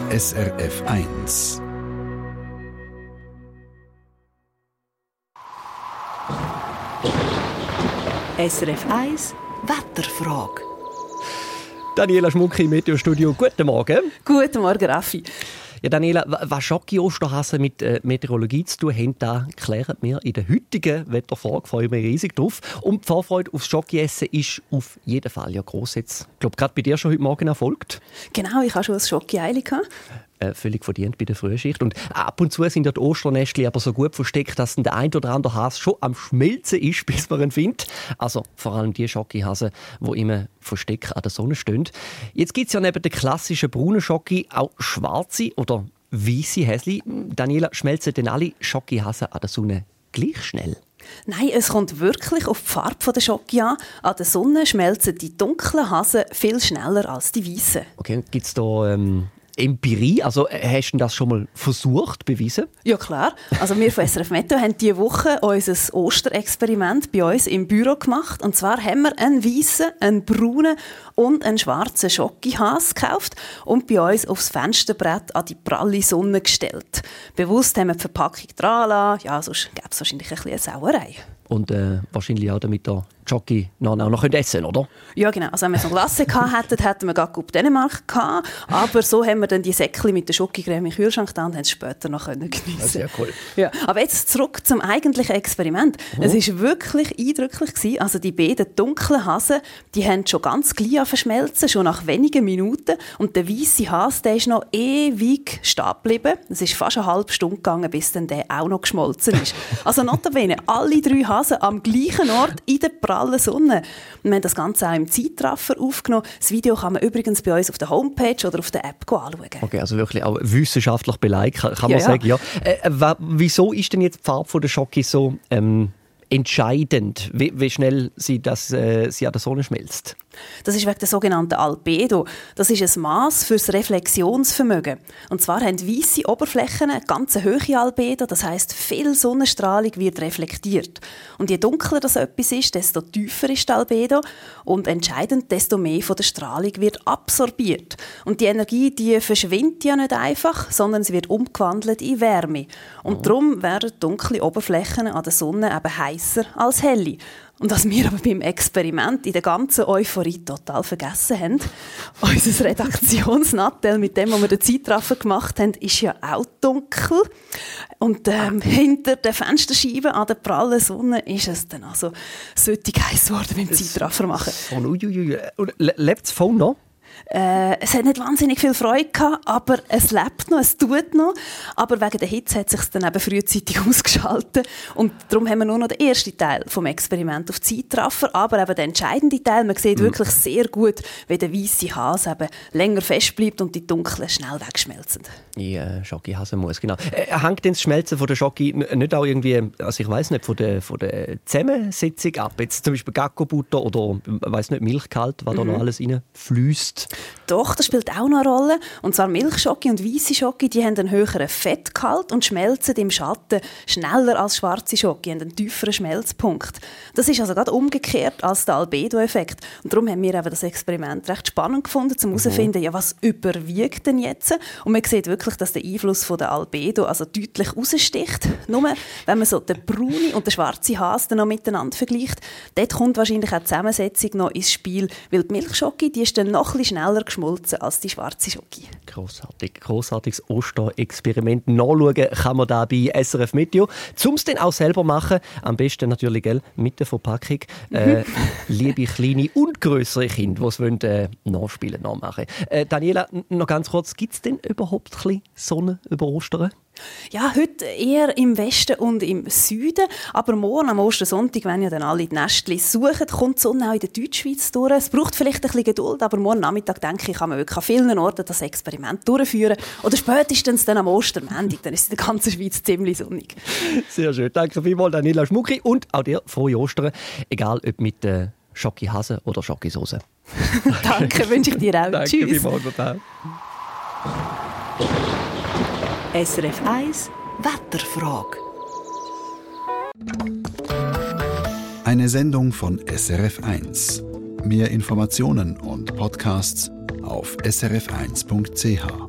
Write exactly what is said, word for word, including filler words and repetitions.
S R F eins. S R F eins Wetterfrage. Daniela Schmucki im Meteostudio. Guten Morgen. Guten Morgen, Raffi. Ja, Daniela, was Schoki-Osterhasen mit äh, Meteorologie zu tun haben, da klären wir in der heutigen Wetterfrage. Freue mich riesig drauf. Und die Vorfreude aufs Schoki-Essen ist auf jeden Fall ja gross jetzt. Ich glaube, gerade bei dir schon heute Morgen erfolgt. Genau, ich habe schon ein Schoki-Eili gehabt. Äh, völlig verdient bei der Frühschicht. Und ab und zu sind ja die Osternestchen aber so gut versteckt, dass der ein oder andere Hase schon am Schmelzen ist, bis man ihn findet. Also vor allem die Schokihasen, die immer versteckt an der Sonne stehen. Jetzt gibt es ja neben den klassischen braunen Schoki auch schwarze oder weisse Häsli. Daniela, schmelzen denn alle Schokihasen an der Sonne gleich schnell? Nein, es kommt wirklich auf die Farbe der Schoki an. An der Sonne schmelzen die dunklen Hasen viel schneller als die weißen. Okay, gibt es da ähm, Empirie? Also hast du das schon mal versucht, beweisen? Ja klar. Also wir von S R F Meteo haben diese Woche unser Osterexperiment bei uns im Büro gemacht. Und zwar haben wir einen weißen, einen braunen und einen schwarzen Schokihase gekauft und bei uns aufs Fensterbrett an die pralle Sonne gestellt. Bewusst haben wir die Verpackung dran gelassen. Ja, sonst gäbe es wahrscheinlich ein bisschen eine Sauerei. Und äh, wahrscheinlich auch damit der Jockey noch, auch noch essen können, oder? Ja, genau. Also wenn wir so Glasse hätten, hätten wir gar auf Dänemark gehabt. Aber so haben wir dann die Säckchen mit der Schokocreme im Kühlschrank da und haben es später noch geniessen. Sehr cool. Ja. Aber jetzt zurück zum eigentlichen Experiment. Mhm. Es war wirklich eindrücklich gewesen. Also die beiden dunklen Hasen, die haben schon ganz gleich verschmelzen, schon nach wenigen Minuten. Und der weisse Hase, der ist noch ewig stehen geblieben. Es ist fast eine halbe Stunde gegangen, bis dann der auch noch geschmolzen ist. Also notabene, alle drei Hasen am gleichen Ort in der prallen Sonne. Wir haben das Ganze auch im Zeitraffer aufgenommen. Das Video kann man übrigens bei uns auf der Homepage oder auf der App anschauen. Okay, also wirklich auch wissenschaftlich beleidigt, kann man ja, sagen. Ja. Ja. Äh, w- wieso ist denn jetzt die Farbe der Schoki so ähm, entscheidend, wie, wie schnell sie, das, äh, sie an der Sonne schmilzt? Das ist wegen der sogenannten Albedo. Das ist ein Maß für das Reflexionsvermögen. Und zwar haben weisse Oberflächen eine ganz hohe Albedo, das heisst, viel Sonnenstrahlung wird reflektiert. Und je dunkler das etwas ist, desto tiefer ist die Albedo und entscheidend, desto mehr von der Strahlung wird absorbiert. Und die Energie, die verschwindet ja nicht einfach, sondern sie wird umgewandelt in Wärme. Und oh. darum werden dunkle Oberflächen an der Sonne eben heißer als helle. Und was wir aber beim Experiment in der ganzen Euphorie total vergessen haben, unser Redaktionsnattel, mit dem, was wir den Zeitraffer gemacht haben, ist ja auch dunkel. Und ähm, hinter der Fensterscheibe an der prallen Sonne ist es dann also sollte heiß geworden beim Zeitraffer machen. Und uiuiui. Lebt das Phone noch? Äh, es hat nicht wahnsinnig viel Freude gehabt, aber es lebt noch, es tut noch. Aber wegen der Hitze hat es sich dann eben frühzeitig ausgeschaltet. Und darum haben wir nur noch den ersten Teil vom Experiment auf Zeitraffer. Aber eben der entscheidende Teil, man sieht mhm. wirklich sehr gut, wie der weisse Hase eben länger fest bleibt und die dunklen schnell wegschmelzen. Die äh, Schoki-Hase muss, genau. Äh, hängt denn das Schmelzen von der Schoki nicht auch irgendwie, also ich weiss nicht, von der, von der Zusammensetzung ab? Jetzt zum Beispiel Gacko-Butter oder, weiss nicht, Milchgehalt, was mhm. da noch alles reinfließt? Doch, das spielt auch noch eine Rolle. Und zwar Milchschoki und weisse Schoki, die haben einen höheren Fettgehalt und schmelzen im Schatten schneller als schwarze Schoki, haben einen tieferen Schmelzpunkt. Das ist also gerade umgekehrt als der Albedo-Effekt. Und darum haben wir eben das Experiment recht spannend gefunden, um herauszufinden, ja, was überwiegt denn jetzt? Und man sieht wirklich, dass der Einfluss von der Albedo also deutlich raussticht. Nur wenn man so den braunen und den schwarzen Hase noch miteinander vergleicht, dort kommt wahrscheinlich auch die Zusammensetzung noch ins Spiel, weil die Milchschoki, die ist dann noch ein bisschen schneller geschmolzen als die schwarze Schoki. Grossartig. Grossartiges Osterexperiment. Nachschauen kann man da bei S R F Meteo. Um es dann auch selber machen, am besten natürlich gell, mit der Verpackung. Äh, liebe kleine und grössere Kinder, die es wollen, äh, nachspielen, nachmachen. Äh, Daniela, noch ganz kurz, gibt es denn überhaupt ein bisschen Sonne über Ostern? Ja, heute eher im Westen und im Süden. Aber morgen am Ostersonntag, wenn ja dann alle die Nestchen suchen, kommt die Sonne auch in der Deutschschweiz durch. Es braucht vielleicht ein bisschen Geduld, aber morgen Nachmittag, denke ich, kann man wirklich an vielen Orten das Experiment durchführen. Oder spätestens dann am Ostermontag, dann ist es in der ganzen Schweiz ziemlich sonnig. Sehr schön. Danke vielmals, Daniela Schmucki. Und auch dir frohe Ostern. Egal, ob mit äh, Schokihase oder Schokisauce. Danke, wünsche ich dir auch. Danke Tschüss. Vielmals. S R F eins Wetterfrage. Eine Sendung von S R F eins. Mehr Informationen und Podcasts auf s r f eins punkt c h.